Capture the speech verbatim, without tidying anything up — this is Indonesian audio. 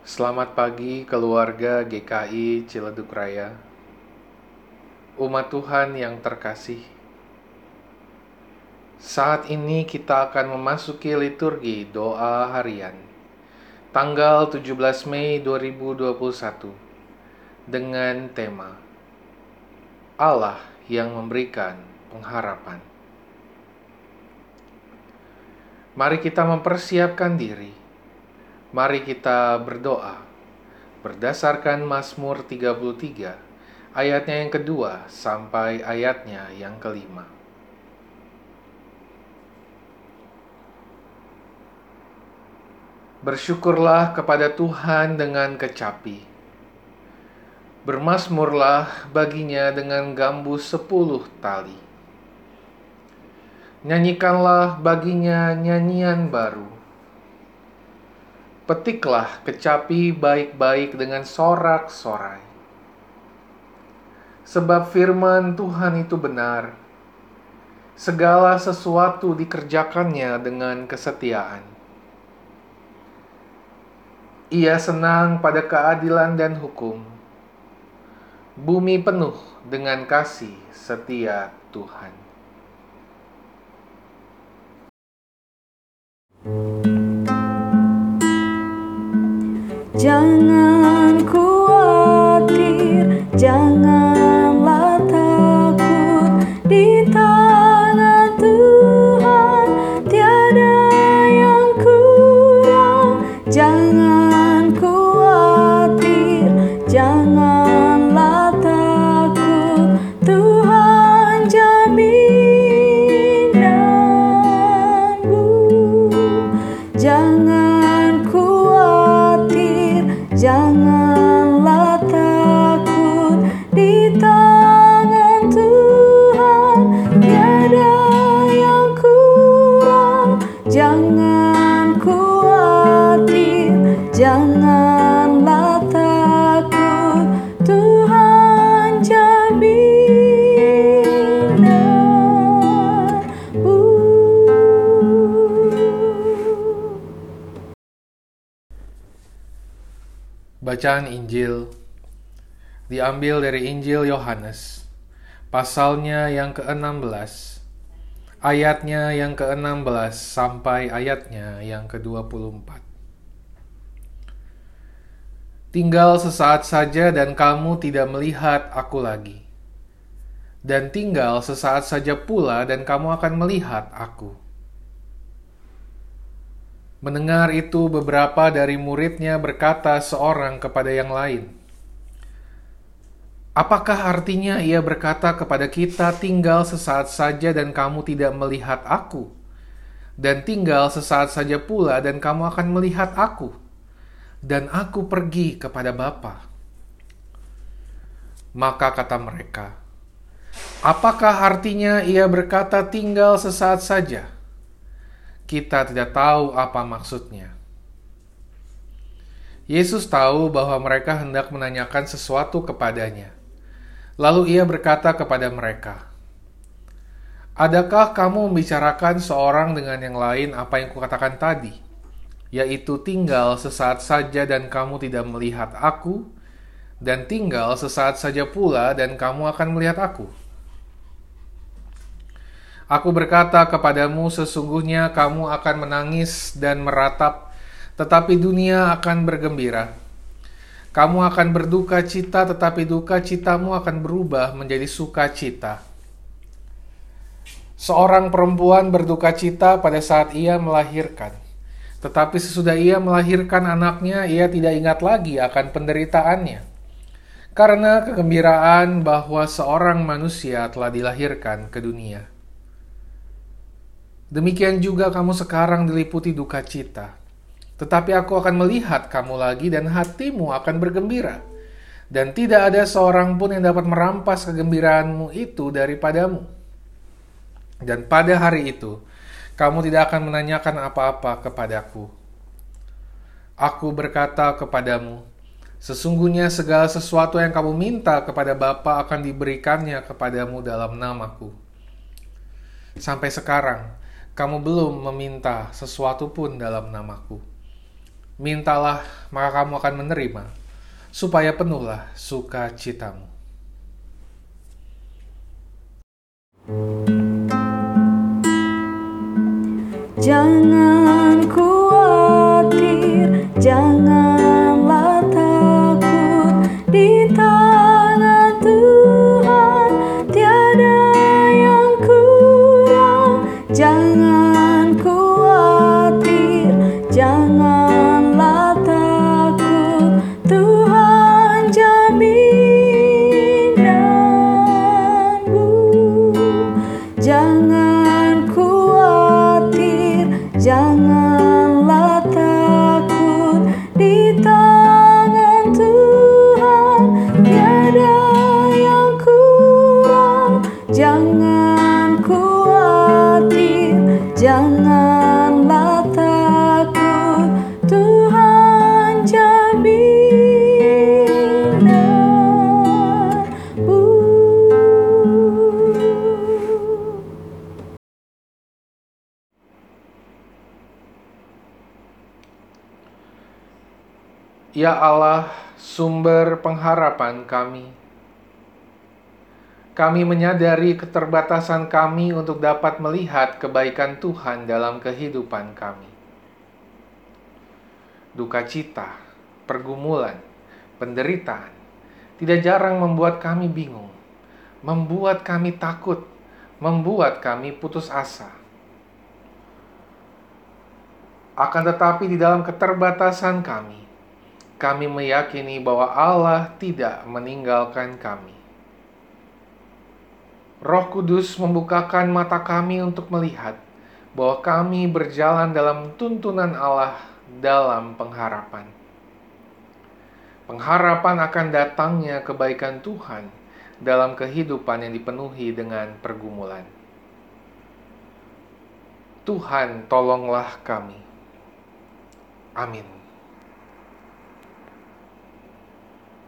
Selamat pagi keluarga G K I Ciledug Raya. Umat Tuhan yang terkasih, saat ini kita akan memasuki liturgi doa harian tanggal tujuh belas Mei dua ribu dua puluh satu dengan tema Allah yang memberikan pengharapan. Mari kita mempersiapkan diri. Mari kita berdoa berdasarkan Mazmur tiga puluh tiga, ayatnya yang kedua sampai ayatnya yang kelima. Bersyukurlah kepada Tuhan dengan kecapi. Bermazmurlah baginya dengan gambus sepuluh tali. Nyanyikanlah baginya nyanyian baru. Petiklah kecapi baik-baik dengan sorak-sorai. Sebab firman Tuhan itu benar. Segala sesuatu dikerjakannya dengan kesetiaan. Ia senang pada keadilan dan hukum. Bumi penuh dengan kasih setia Tuhan. Jangan khawatir, janganlah takut, di tangan Tuhan tiada yang kurang. Jangan khawatir, janganlah takut, Tuhan jamin denganmu. Jangan khawatir, janganlah takut, di tangan Tuhan tiada yang kurang. Jangan khawatir, janganlah takut, Tuhan jamin denganmu. Bacaan Injil diambil dari Injil Yohanes, pasalnya yang keenam belas, ayatnya yang keenam belas sampai ayatnya yang kedua puluh empat. Tinggal sesaat saja dan kamu tidak melihat aku lagi. Dan tinggal sesaat saja pula dan kamu akan melihat aku. Mendengar itu, beberapa dari muridnya berkata seorang kepada yang lain, "Apakah artinya ia berkata kepada kita, tinggal sesaat saja dan kamu tidak melihat aku, dan tinggal sesaat saja pula dan kamu akan melihat aku, dan aku pergi kepada Bapa?" Maka kata mereka, "Apakah artinya ia berkata tinggal sesaat saja? Kita tidak tahu apa maksudnya." Yesus tahu bahwa mereka hendak menanyakan sesuatu kepadanya. Lalu ia berkata kepada mereka, "Adakah kamu membicarakan seorang dengan yang lain apa yang kukatakan tadi, yaitu tinggal sesaat saja dan kamu tidak melihat aku, dan tinggal sesaat saja pula dan kamu akan melihat aku? Aku berkata kepadamu, sesungguhnya kamu akan menangis dan meratap, tetapi dunia akan bergembira. Kamu akan berduka cita, tetapi duka citamu akan berubah menjadi sukacita. Seorang perempuan berduka cita pada saat ia melahirkan, tetapi sesudah ia melahirkan anaknya, ia tidak ingat lagi akan penderitaannya, karena kegembiraan bahwa seorang manusia telah dilahirkan ke dunia. Demikian juga kamu sekarang diliputi duka cita. Tetapi aku akan melihat kamu lagi dan hatimu akan bergembira. Dan tidak ada seorang pun yang dapat merampas kegembiraanmu itu daripadamu. Dan pada hari itu, kamu tidak akan menanyakan apa-apa kepadaku. Aku berkata kepadamu, sesungguhnya segala sesuatu yang kamu minta kepada Bapa akan diberikannya kepadamu dalam namaku. Sampai sekarang, kamu belum meminta sesuatu pun dalam namaku. Mintalah, maka kamu akan menerima, supaya penuhlah sukacitamu. Jangan khawatir, janganlah takut, di tangan Tuhan tiada yang kurang. Jangan khawatir, janganlah takut, Tuhan jaminanmu. Jangan khawatir, janganlah takut, di tangan Tuhan tiada yang kurang. Jangan khawatir, janganlah takut, Tuhan jaminanmu. Ya Allah, sumber pengharapan kami, kami menyadari keterbatasan kami untuk dapat melihat kebaikan Tuhan dalam kehidupan kami. Duka cita, pergumulan, penderitaan tidak jarang membuat kami bingung, membuat kami takut, membuat kami putus asa. Akan tetapi di dalam keterbatasan kami, kami meyakini bahwa Allah tidak meninggalkan kami. Roh Kudus membukakan mata kami untuk melihat bahwa kami berjalan dalam tuntunan Allah dalam pengharapan. Pengharapan akan datangnya kebaikan Tuhan dalam kehidupan yang dipenuhi dengan pergumulan. Tuhan, tolonglah kami. Amin.